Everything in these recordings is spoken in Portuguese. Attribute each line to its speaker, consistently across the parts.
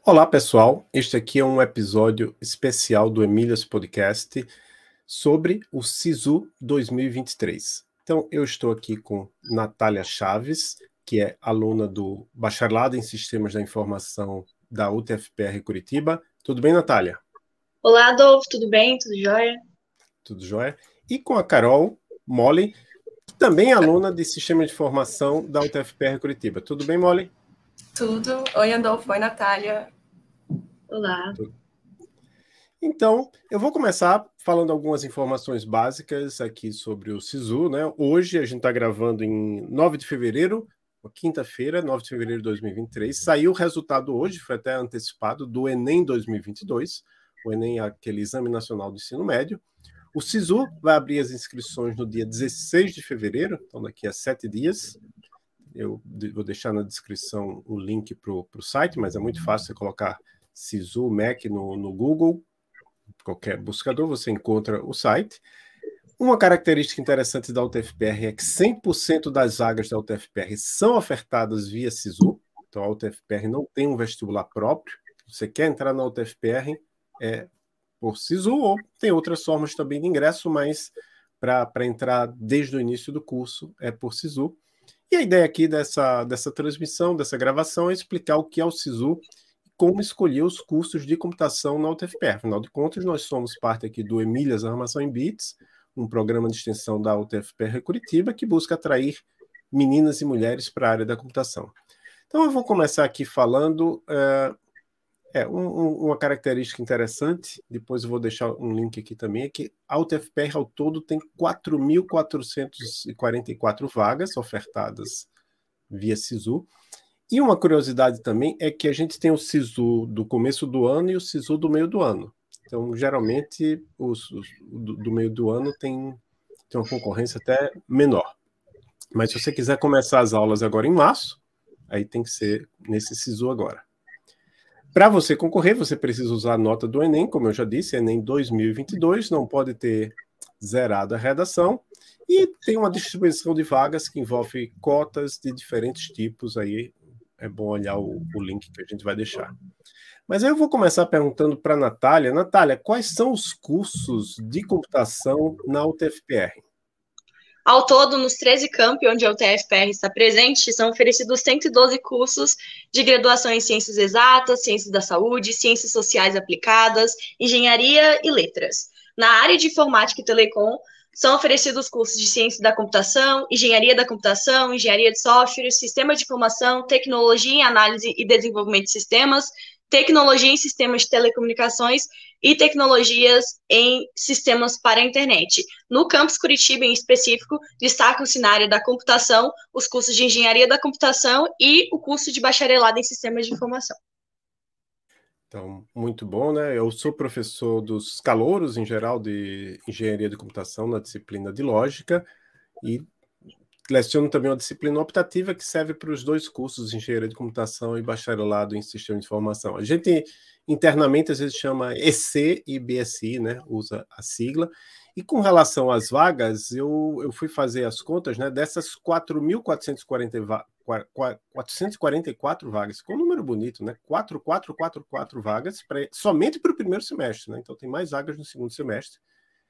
Speaker 1: Olá, pessoal. Este aqui é um episódio especial do Emílias Podcast sobre o SISU 2023. Então, eu estou aqui com Natália Chaves, que é aluna do Bacharelado em Sistemas da Informação da UTFPR Curitiba. Tudo bem, Natália?
Speaker 2: Olá, Adolfo, tudo bem? Tudo jóia?
Speaker 1: Tudo jóia. E com a Carol Molly, que também é aluna de Sistema de Informação da UTFPR Curitiba. Tudo bem, Molly?
Speaker 3: Tudo. Oi, Adolfo. Oi, Natália.
Speaker 2: Olá.
Speaker 1: Então, eu vou começar falando algumas informações básicas aqui sobre o SISU, né? Hoje a gente está gravando em 9 de fevereiro, quinta-feira, 9 de fevereiro de 2023. Saiu o resultado hoje, foi até antecipado, do Enem 2022. O Enem é aquele Exame Nacional do Ensino Médio. O SISU vai abrir as inscrições no dia 16 de fevereiro, então daqui a 7 dias. Eu vou deixar na descrição o link para o site, mas é muito fácil você colocar SISU MEC no Google. Qualquer buscador, você encontra o site. Uma característica interessante da UTFPR é que 100% das vagas da UTFPR são ofertadas via SISU. Então, a UTFPR não tem um vestibular próprio. Você quer entrar na UTFPR, é por SISU, ou tem outras formas também de ingresso, mas para entrar desde o início do curso é por SISU. E a ideia aqui dessa transmissão, dessa gravação, é explicar o que é o SISU, como escolher os cursos de computação na UTFPR. Afinal de contas, nós somos parte aqui do Emílias Armação em Bits, um programa de extensão da UTFPR Curitiba que busca atrair meninas e mulheres para a área da computação. Então, eu vou começar aqui falando uma característica interessante, depois eu vou deixar um link aqui também, é que a UTFPR ao todo tem 4.444 vagas ofertadas via SISU. E uma curiosidade também é que a gente tem o SISU do começo do ano e o SISU do meio do ano. Então, geralmente, os do meio do ano tem uma concorrência até menor. Mas se você quiser começar as aulas agora em março, aí tem que ser nesse SISU agora. Para você concorrer, você precisa usar a nota do Enem, como eu já disse, Enem 2022, não pode ter zerado a redação, e tem uma distribuição de vagas que envolve cotas de diferentes tipos aí. É bom olhar o link que a gente vai deixar. Mas aí eu vou começar perguntando para a Natália. Natália, quais são os cursos de computação na UTFPR?
Speaker 2: Ao todo, nos 13 campi onde a UTFPR está presente, são oferecidos 112 cursos de graduação em Ciências Exatas, Ciências da Saúde, Ciências Sociais Aplicadas, Engenharia e Letras. Na área de Informática e Telecom, são oferecidos cursos de Ciência da Computação, Engenharia da Computação, Engenharia de Software, Sistema de Informação, Tecnologia em Análise e Desenvolvimento de Sistemas, Tecnologia em Sistemas de Telecomunicações e Tecnologias em Sistemas para a Internet. No campus Curitiba, em específico, destacam-se na área da computação os cursos de Engenharia da Computação e o curso de Bacharelado em Sistemas de Informação.
Speaker 1: Então, muito bom, né? Eu sou professor dos calouros, em geral, de Engenharia de Computação na disciplina de Lógica e leciono também uma disciplina optativa que serve para os dois cursos, Engenharia de Computação e Bacharelado em Sistema de Informação. A gente, internamente, às vezes chama EC e BSI, né? Usa a sigla. E com relação às vagas, eu fui fazer as contas, né? Dessas 4.444 vagas, com um número bonito, né? 4.444 vagas somente para o primeiro semestre, né? Então tem mais vagas no segundo semestre.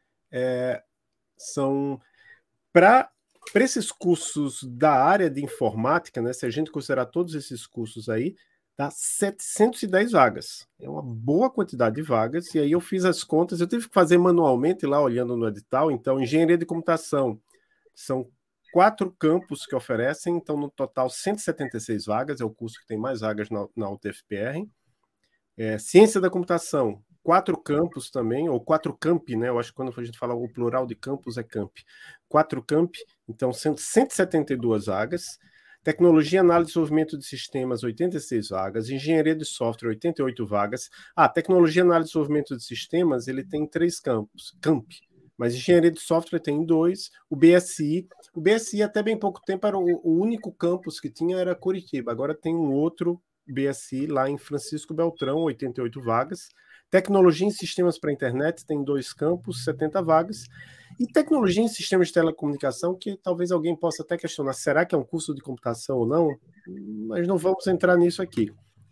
Speaker 1: São para esses cursos da área de informática, né? Se a gente considerar todos esses cursos aí, dá 710 vagas. É uma boa quantidade de vagas. E aí eu fiz as contas, eu tive que fazer manualmente lá, olhando no edital. Então, Engenharia de Computação são 4 campos que oferecem, então no total 176 vagas, é o curso que tem mais vagas na UTFPR. Ciência da Computação, 4 campos também, ou 4 campi, né? Eu acho que quando a gente fala o plural de campus é campi. 4 campi, então 172 vagas. Tecnologia, Análise e Desenvolvimento de Sistemas, 86 vagas. Engenharia de Software, 88 vagas. Tecnologia, Análise e Desenvolvimento de Sistemas, ele tem 3 campi. Mas Engenharia de Software tem 2. O BSI até bem pouco tempo era o único campus que tinha, era Curitiba. Agora tem um outro BSI lá em Francisco Beltrão, 88 vagas. Tecnologia em Sistemas para a Internet tem 2 campos, 70 vagas. E Tecnologia em Sistemas de Telecomunicação, que talvez alguém possa até questionar, será que é um curso de computação ou não? Mas não vamos entrar nisso aqui.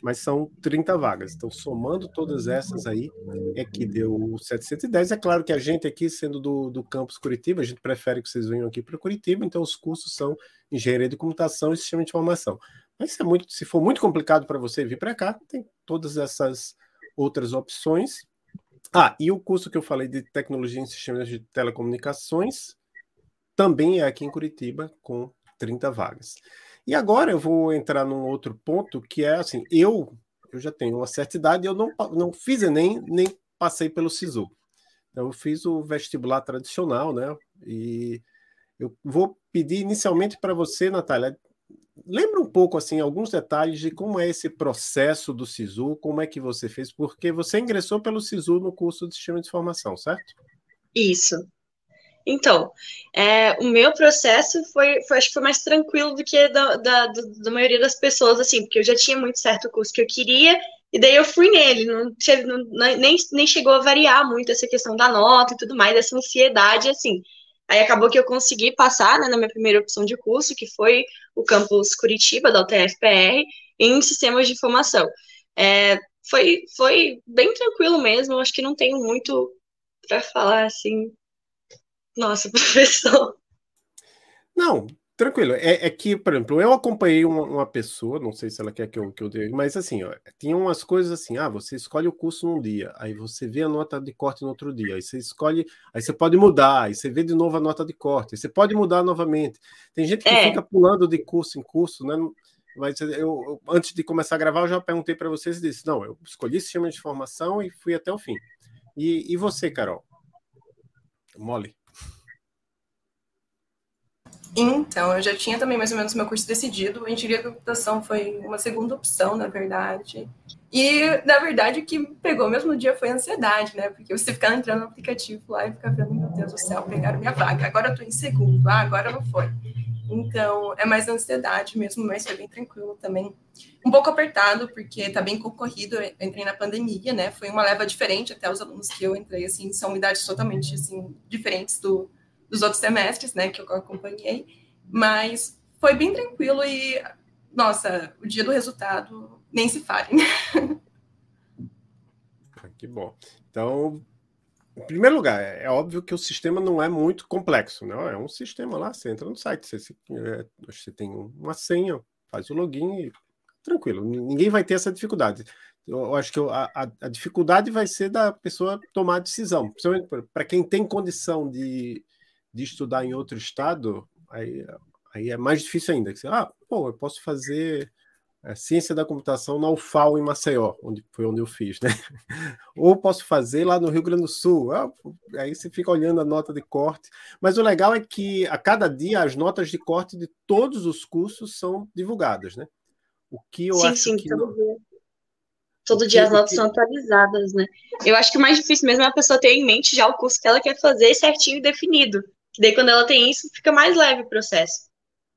Speaker 1: mas são 30 vagas. Então, somando todas essas aí, é que deu 710. É claro que a gente aqui, sendo do campus Curitiba, a gente prefere que vocês venham aqui para Curitiba, então os cursos são Engenharia de Computação e Sistema de Informação. Mas se for muito complicado para você vir para cá, tem todas essas outras opções. E o curso que eu falei de Tecnologia em Sistemas de Telecomunicações também é aqui em Curitiba, com 30 vagas. E agora eu vou entrar num outro ponto, que é assim, eu já tenho uma certa idade, eu não fiz Enem, nem passei pelo SISU. Então eu fiz o vestibular tradicional, né? E eu vou pedir inicialmente para você, Natália, lembra um pouco, assim, alguns detalhes de como é esse processo do SISU, como é que você fez, porque você ingressou pelo SISU no curso de Sistema de Informação, certo?
Speaker 2: Isso. Então, o meu processo acho que foi mais tranquilo do que da maioria das pessoas, assim, porque eu já tinha muito certo o curso que eu queria, e daí eu fui nele, nem chegou a variar muito essa questão da nota e tudo mais, essa ansiedade, assim. Aí acabou que eu consegui passar, né, na minha primeira opção de curso, que foi o campus Curitiba, da UTF-PR, em Sistemas de Informação. Foi bem tranquilo mesmo, eu acho que não tenho muito para falar, assim. Nossa, professor.
Speaker 1: Não, tranquilo. É que, por exemplo, eu acompanhei uma pessoa, não sei se ela quer que eu dê, mas assim, ó, tinha umas coisas assim, você escolhe o curso num dia, aí você vê a nota de corte no outro dia, aí você escolhe, aí você pode mudar, aí você vê de novo a nota de corte, aí você pode mudar novamente. Tem gente que fica pulando de curso em curso, né? Mas antes de começar a gravar, eu já perguntei para vocês e disse, não, eu escolhi sistema de informação e fui até o fim. E você, Carol? Mole?
Speaker 3: Então, eu já tinha também mais ou menos meu curso decidido. A engenharia da computação foi uma segunda opção, na verdade. E, na verdade, o que pegou mesmo no dia foi a ansiedade, né? Porque você ficar entrando no aplicativo lá e ficar vendo, meu Deus do céu, pegaram minha vaga. Agora eu tô em segundo. Agora não foi. Então, é mais ansiedade mesmo, mas foi bem tranquilo também. Um pouco apertado, porque tá bem concorrido. Eu entrei na pandemia, né? Foi uma leva diferente, até os alunos que eu entrei, assim, são unidades totalmente, assim, diferentes dos outros semestres, né, que eu acompanhei, mas foi bem tranquilo e, nossa, o dia do resultado nem se fale.
Speaker 1: Que bom. Então, em primeiro lugar, é óbvio que o sistema não é muito complexo, né? É um sistema lá, você entra no site, você tem uma senha, faz o login e tranquilo, ninguém vai ter essa dificuldade. Eu acho que a dificuldade vai ser da pessoa tomar a decisão, principalmente para quem tem condição de estudar em outro estado, aí é mais difícil ainda. Eu posso fazer ciência da computação na UFAL em Maceió, foi onde eu fiz, né? Ou posso fazer lá no Rio Grande do Sul. Aí você fica olhando a nota de corte. Mas o legal é que a cada dia as notas de corte de todos os cursos são divulgadas, né? O que eu acho que
Speaker 2: todo
Speaker 1: não...
Speaker 2: dia. Todo dia as notas são atualizadas, né? Eu acho que o mais difícil mesmo é a pessoa ter em mente já o curso que ela quer fazer certinho e definido. Daí, quando ela tem isso, fica mais leve o processo.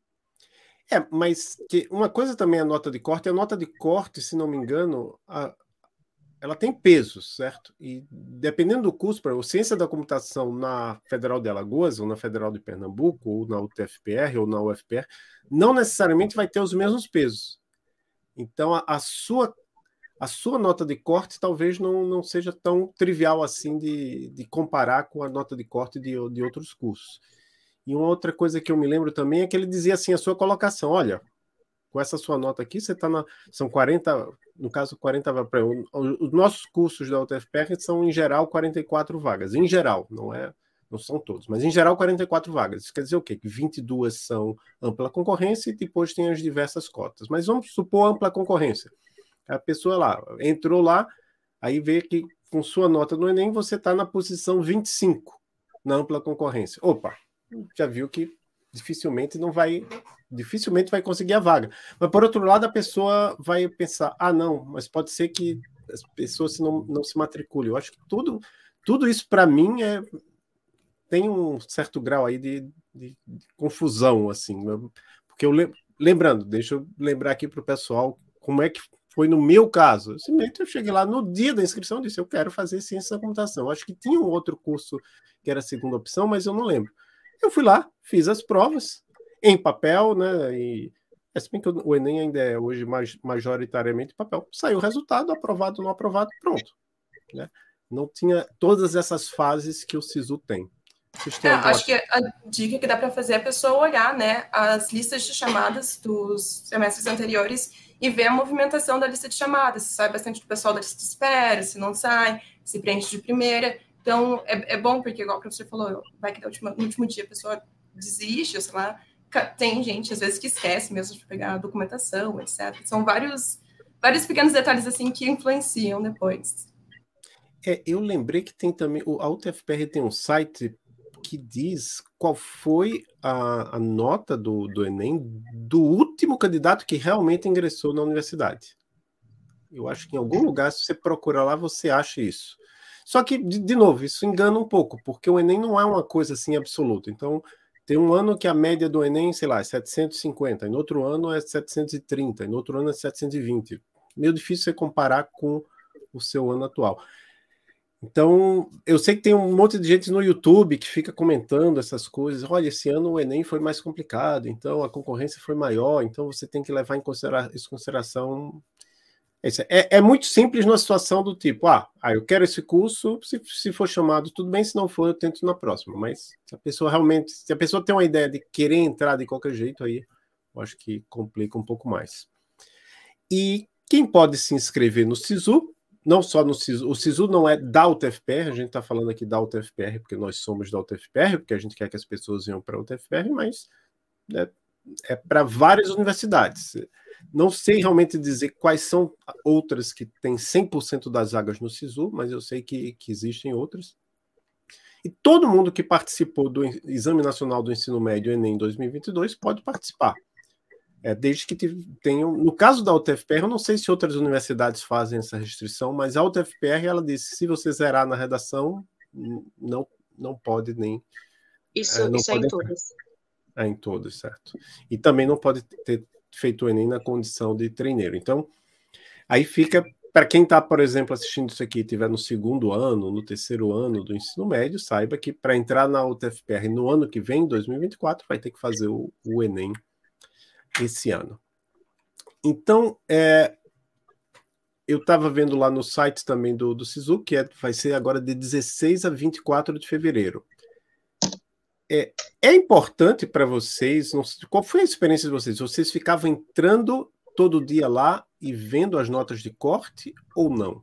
Speaker 1: Mas uma coisa também é a nota de corte. A nota de corte, se não me engano, ela tem peso, certo? E dependendo do curso, para ciência da computação na Federal de Alagoas, ou na Federal de Pernambuco, ou na UTFPR, ou na UFPR, não necessariamente vai ter os mesmos pesos. Então, a sua nota de corte talvez não seja tão trivial assim de comparar com a nota de corte de outros cursos. E uma outra coisa que eu me lembro também é que ele dizia assim, a sua colocação, olha, com essa sua nota aqui, você está são 40, no caso 40 vagas. Os nossos cursos da UTFPR são, em geral, 44 vagas. Em geral, não são todos, mas em geral 44 vagas. Isso quer dizer o quê? Que 22 são ampla concorrência e depois tem as diversas cotas. Mas vamos supor ampla concorrência. A pessoa lá, entrou lá, aí vê que com sua nota no Enem você está na posição 25 na ampla concorrência. Opa, já viu que dificilmente vai conseguir a vaga. Mas, por outro lado, a pessoa vai pensar, não, mas pode ser que as pessoas não se matriculem. Eu acho que tudo isso, para mim, tem um certo grau aí de confusão, assim. Porque lembrando, deixa eu lembrar aqui para o pessoal como é que foi no meu caso. Eu cheguei lá no dia da inscrição e disse, eu quero fazer ciência da computação. Eu acho que tinha um outro curso que era a segunda opção, mas eu não lembro. Eu fui lá, fiz as provas em papel, né? E Se bem que o Enem ainda é hoje majoritariamente papel. Saiu o resultado, aprovado ou não aprovado, pronto. Né? Não tinha todas essas fases que o SISU tem.
Speaker 3: Acho que a dica que dá para fazer é a pessoa olhar, né, as listas de chamadas dos semestres anteriores e ver a movimentação da lista de chamadas, se sai bastante do pessoal da lista de espera, se não sai, se preenche de primeira. Então, é bom, porque, igual o professor falou, vai que no último dia a pessoa desiste, ou sei lá, tem gente, às vezes, que esquece mesmo de pegar a documentação, etc. São vários pequenos detalhes, assim, que influenciam depois.
Speaker 1: Eu lembrei que tem também, a UTFPR tem um site que diz qual foi a nota do Enem do último candidato que realmente ingressou na universidade. Eu acho que em algum lugar, se você procurar lá, você acha isso. Só que, de novo, isso engana um pouco, porque o Enem não é uma coisa assim absoluta. Então, tem um ano que a média do Enem, sei lá, é 750, e no outro ano é 730, e no outro ano é 720. Meio difícil você comparar com o seu ano atual. Então, eu sei que tem um monte de gente no YouTube que fica comentando essas coisas. Olha, esse ano o Enem foi mais complicado, então a concorrência foi maior, então você tem que levar em consideração. É muito simples numa situação do tipo, eu quero esse curso, se for chamado, tudo bem, se não for, eu tento na próxima. Mas se a pessoa tem uma ideia de querer entrar de qualquer jeito, aí eu acho que complica um pouco mais. E quem pode se inscrever no SISU, não só no SISU, o SISU não é da UTFPR, a gente está falando aqui da UTFPR, porque nós somos da UTFPR, porque a gente quer que as pessoas venham para a UTFPR, mas é para várias universidades. Não sei realmente dizer quais são outras que têm 100% das vagas no SISU, mas eu sei que existem outras. E todo mundo que participou do Exame Nacional do Ensino Médio Enem 2022 pode participar. Desde que tenham... No caso da UTFPR, eu não sei se outras universidades fazem essa restrição, mas a UTFPR, ela disse que se você zerar na redação, não pode nem...
Speaker 2: Isso é em todas.
Speaker 1: Em todas, certo. E também não pode ter feito o Enem na condição de treineiro. Então, aí fica... Para quem está, por exemplo, assistindo isso aqui e estiver no segundo ano, no terceiro ano do ensino médio, saiba que para entrar na UTFPR no ano que vem, 2024, vai ter que fazer o Enem esse ano. Então, eu estava vendo lá no site também do SISU, que vai ser agora de 16 a 24 de fevereiro. É importante para vocês, não sei, qual foi a experiência de vocês? Vocês ficavam entrando todo dia lá e vendo as notas de corte ou não?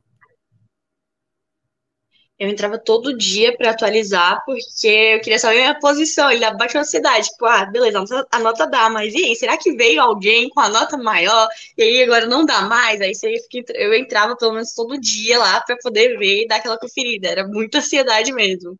Speaker 2: Eu entrava todo dia para atualizar, porque eu queria saber a minha posição. Ele bate uma ansiedade, tipo, beleza, a nota dá, mas e aí, será que veio alguém com a nota maior? E aí agora não dá mais? Aí eu entrava pelo menos todo dia lá para poder ver e dar aquela conferida. Era muita ansiedade mesmo.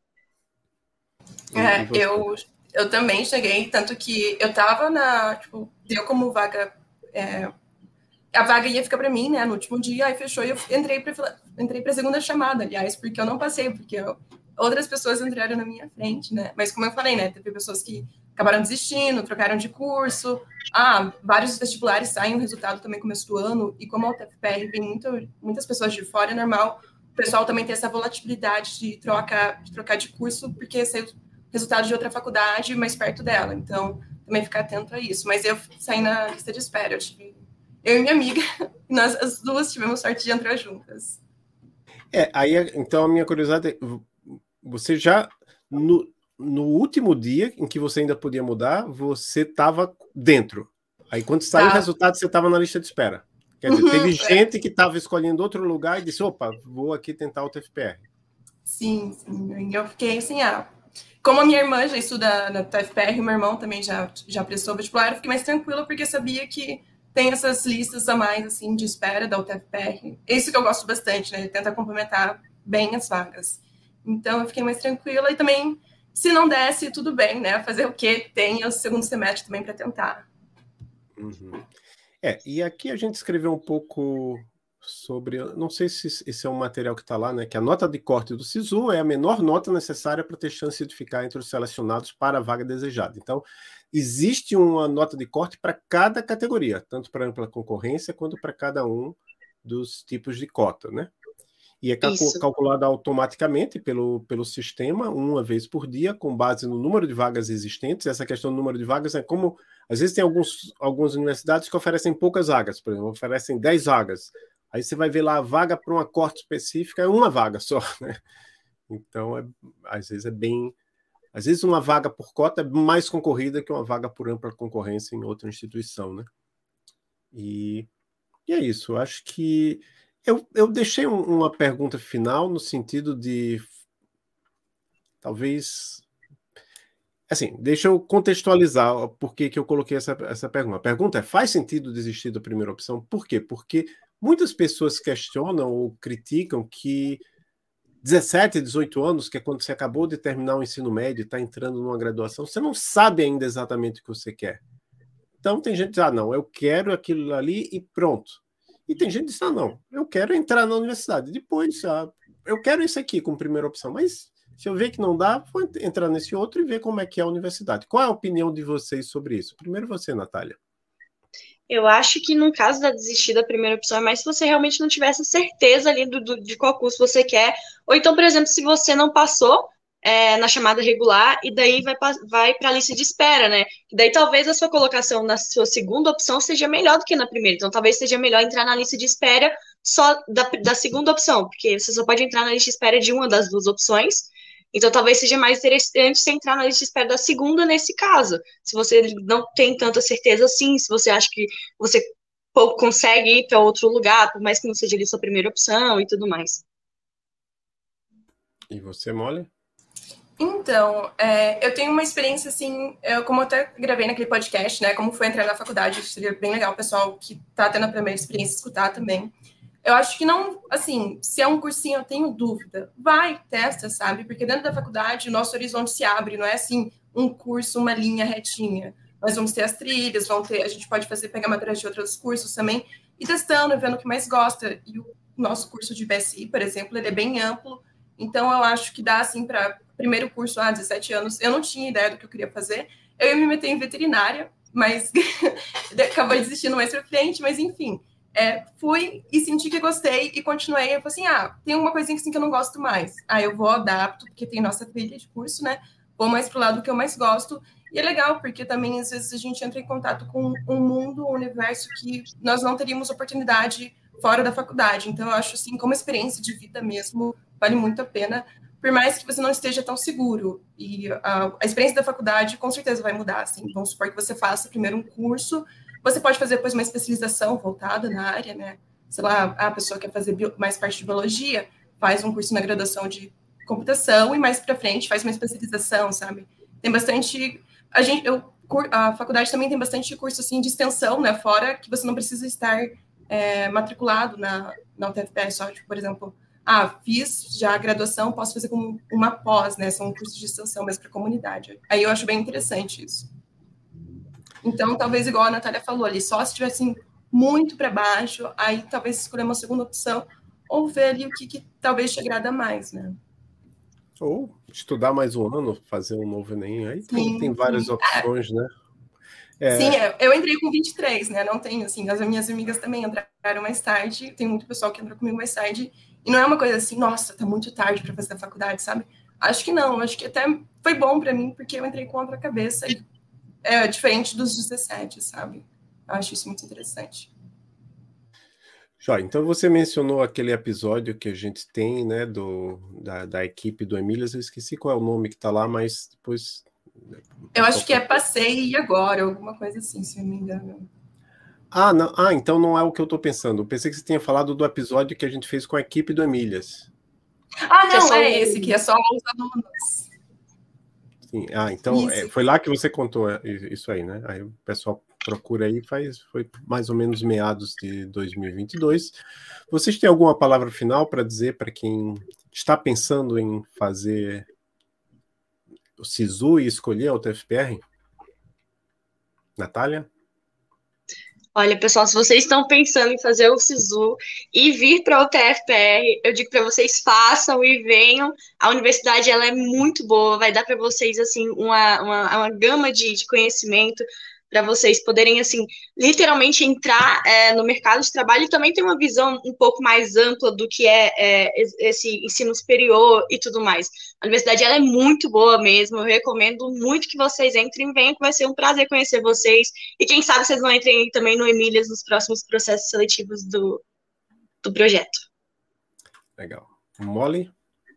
Speaker 3: Eu também cheguei, tanto que eu tava deu como vaga... a vaga ia ficar para mim, né, no último dia, aí fechou e eu entrei para a segunda chamada, aliás, porque eu não passei, porque outras pessoas entraram na minha frente, né, mas como eu falei, né, teve pessoas que acabaram desistindo, trocaram de curso, vários vestibulares saem o resultado também no começo do ano, e como a UTFPR tem muitas pessoas de fora, é normal o pessoal também ter essa volatilidade de trocar de curso, porque saiu o resultado de outra faculdade mais perto dela, então também ficar atento a isso, mas eu saí na lista de espera, eu e minha amiga, nós as duas tivemos sorte de entrar juntas.
Speaker 1: Então a minha curiosidade é, você já, no último dia em que você ainda podia mudar, você estava dentro. Aí quando saiu o resultado, você estava na lista de espera. Quer dizer, teve gente que estava escolhendo outro lugar e disse, opa, vou aqui tentar o TFPR.
Speaker 3: Sim. Eu fiquei assim, como a minha irmã já estuda na TFPR, o meu irmão também já prestou vestibular, eu fiquei mais tranquila porque sabia que tem essas listas a mais, assim, de espera da UTFPR. Isso que eu gosto bastante, né? Tenta complementar bem as vagas. Então, eu fiquei mais tranquila. E também, se não desse, tudo bem, né? Fazer o quê? Tem o segundo semestre também para tentar.
Speaker 1: Uhum. E aqui a gente escreveu um pouco sobre... Não sei se esse é um material que está lá, né? Que a nota de corte do SISU é a menor nota necessária para ter chance de ficar entre os selecionados para a vaga desejada. Então, existe uma nota de corte para cada categoria, tanto para ampla concorrência quanto para cada um dos tipos de cota, né? E é calculada automaticamente pelo sistema, uma vez por dia, com base no número de vagas existentes. Essa questão do número de vagas é como Às vezes tem algumas universidades que oferecem poucas vagas, por exemplo, oferecem 10 vagas. Aí você vai ver lá a vaga para uma corte específica, é uma vaga só, né? Então, às vezes às vezes uma vaga por cota é mais concorrida que uma vaga por ampla concorrência em outra instituição, né? E é isso. Eu acho que eu deixei uma pergunta final no sentido de talvez assim, deixa eu contextualizar por que eu coloquei essa pergunta. A pergunta é: faz sentido desistir da primeira opção? Por quê? Porque muitas pessoas questionam ou criticam que 17, 18 anos, que é quando você acabou de terminar o ensino médio e está entrando numa graduação, você não sabe ainda exatamente o que você quer. Então tem gente que diz, não, eu quero aquilo ali e pronto. E tem gente que diz, não, eu quero entrar na universidade. Depois, eu quero isso aqui como primeira opção, mas se eu ver que não dá, vou entrar nesse outro e ver como é que é a universidade. Qual é a opinião de vocês sobre isso? Primeiro você, Natália.
Speaker 2: Eu acho que no caso da desistir da primeira opção é mais se você realmente não tivesse certeza ali de qual curso você quer. Ou então, por exemplo, se você não passou na chamada regular e daí vai para a lista de espera, né? E daí talvez a sua colocação na sua segunda opção seja melhor do que na primeira. Então talvez seja melhor entrar na lista de espera só da segunda opção, porque você só pode entrar na lista de espera de uma das duas opções. Então, talvez seja mais interessante você entrar na lista de espera da segunda nesse caso. Se você não tem tanta certeza assim, se você acha que você consegue ir para outro lugar, por mais que não seja ali sua primeira opção e tudo mais.
Speaker 1: E você, Molly?
Speaker 3: Então, eu tenho uma experiência, assim, como eu até gravei naquele podcast, né, como foi entrar na faculdade, seria bem legal o pessoal que tá tendo a primeira experiência escutar também. Eu acho que não, assim, se é um cursinho, eu tenho dúvida. Vai, testa, sabe? Porque dentro da faculdade, o nosso horizonte se abre, não é assim, um curso, uma linha retinha. Nós vamos ter as trilhas, a gente pode pegar matérias de outros cursos também, e testando, vendo o que mais gosta. E o nosso curso de BSI, por exemplo, ele é bem amplo, então eu acho que dá, assim, para primeiro curso, 17 anos, eu não tinha ideia do que eu queria fazer. Eu ia me meter em veterinária, mas acabou desistindo mais pra frente, mas enfim. Fui e senti que gostei e continuei. Eu falei assim, tem uma coisinha assim que eu não gosto mais. Eu vou, adapto, porque tem nossa trilha de curso, né? Vou mais pro lado que eu mais gosto. E é legal, porque também, às vezes, a gente entra em contato com um mundo, um universo que nós não teríamos oportunidade fora da faculdade. Então, eu acho, assim, como experiência de vida mesmo, vale muito a pena, por mais que você não esteja tão seguro. E a experiência da faculdade, com certeza, vai mudar, assim. Vamos supor que você faça primeiro um curso, você pode fazer depois uma especialização voltada na área, né? Sei lá, a pessoa quer fazer mais parte de biologia, faz um curso na graduação de computação e mais para frente faz uma especialização, sabe? Tem bastante... A faculdade também tem bastante curso, assim, de extensão, né? Fora que você não precisa estar matriculado na UTFPR só, tipo, por exemplo... fiz já a graduação, posso fazer como uma pós, né? São cursos de extensão, mas para a comunidade. Aí eu acho bem interessante isso. Então, talvez, igual a Natália falou ali, só se estiver assim, muito para baixo, aí talvez escolher uma segunda opção, ou ver ali o que talvez te agrada mais, né?
Speaker 1: Ou estudar mais um ano, fazer um novo Enem, aí tem várias opções, né?
Speaker 3: Sim, eu entrei com 23, né? Não tenho, assim, as minhas amigas também entraram mais tarde, tem muito pessoal que entrou comigo mais tarde, e não é uma coisa assim, nossa, tá muito tarde para fazer a faculdade, sabe? Acho que não, acho que até foi bom para mim, porque eu entrei com outra cabeça, e diferente dos 17, sabe? Acho isso muito interessante.
Speaker 1: Jó, então você mencionou aquele episódio que a gente tem, né, da equipe do Emílias, eu esqueci qual é o nome que está lá, mas depois...
Speaker 3: Eu acho que Passei e Agora, alguma coisa assim, se não me engano.
Speaker 1: Não. Então não é o que eu estou pensando. Eu pensei que você tinha falado do episódio que a gente fez com a equipe do Emílias.
Speaker 3: Não, é esse, que é só os alunos.
Speaker 1: Sim. Então foi lá que você contou isso aí, né? Aí o pessoal procura aí, foi mais ou menos meados de 2022. Vocês têm alguma palavra final para dizer para quem está pensando em fazer o SISU e escolher a UTFPR? Natália?
Speaker 2: Olha, pessoal, se vocês estão pensando em fazer o SISU e vir para a UTFPR, eu digo para vocês, façam e venham. A universidade ela é muito boa, vai dar para vocês assim uma gama de conhecimento. para vocês poderem, assim, literalmente entrar no mercado de trabalho e também ter uma visão um pouco mais ampla do que esse ensino superior e tudo mais. A universidade, ela é muito boa mesmo, eu recomendo muito que vocês entrem, venham, que vai ser um prazer conhecer vocês, e quem sabe vocês não entrem também no Emílias nos próximos processos seletivos do projeto.
Speaker 1: Legal. Molly?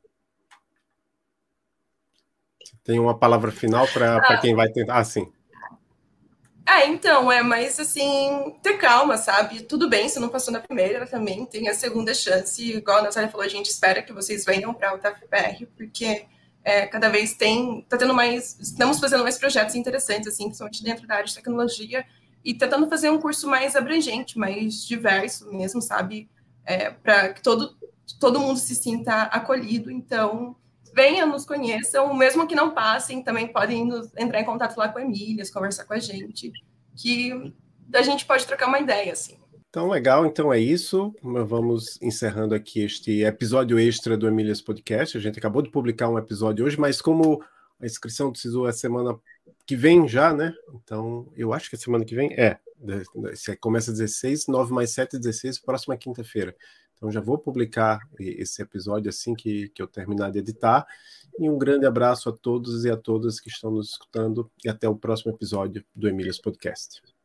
Speaker 1: Tem uma palavra final para quem vai tentar? Ah, sim.
Speaker 3: Então, mas assim, ter calma, sabe? Tudo bem se não passou na primeira, também tem a segunda chance. Igual a Natália falou, a gente espera que vocês venham para a UTFPR, porque cada vez tá tendo estamos fazendo mais projetos interessantes, assim, principalmente dentro da área de tecnologia, e tentando fazer um curso mais abrangente, mais diverso mesmo, sabe? Para que todo mundo se sinta acolhido. Então, venham, nos conheçam, mesmo que não passem, também podem entrar em contato lá com a Emílias, conversar com a gente, que a gente pode trocar uma ideia, assim.
Speaker 1: Então, legal, então é isso. Vamos encerrando aqui este episódio extra do Emílias Podcast. A gente acabou de publicar um episódio hoje, mas como a inscrição do SISU é semana que vem já, né? Então, eu acho que é semana que vem. Começa 16, 9 mais 7, 16, próxima quinta-feira. Então, já vou publicar esse episódio assim que eu terminar de editar. E um grande abraço a todos e a todas que estão nos escutando. E até o próximo episódio do Emílias Podcast.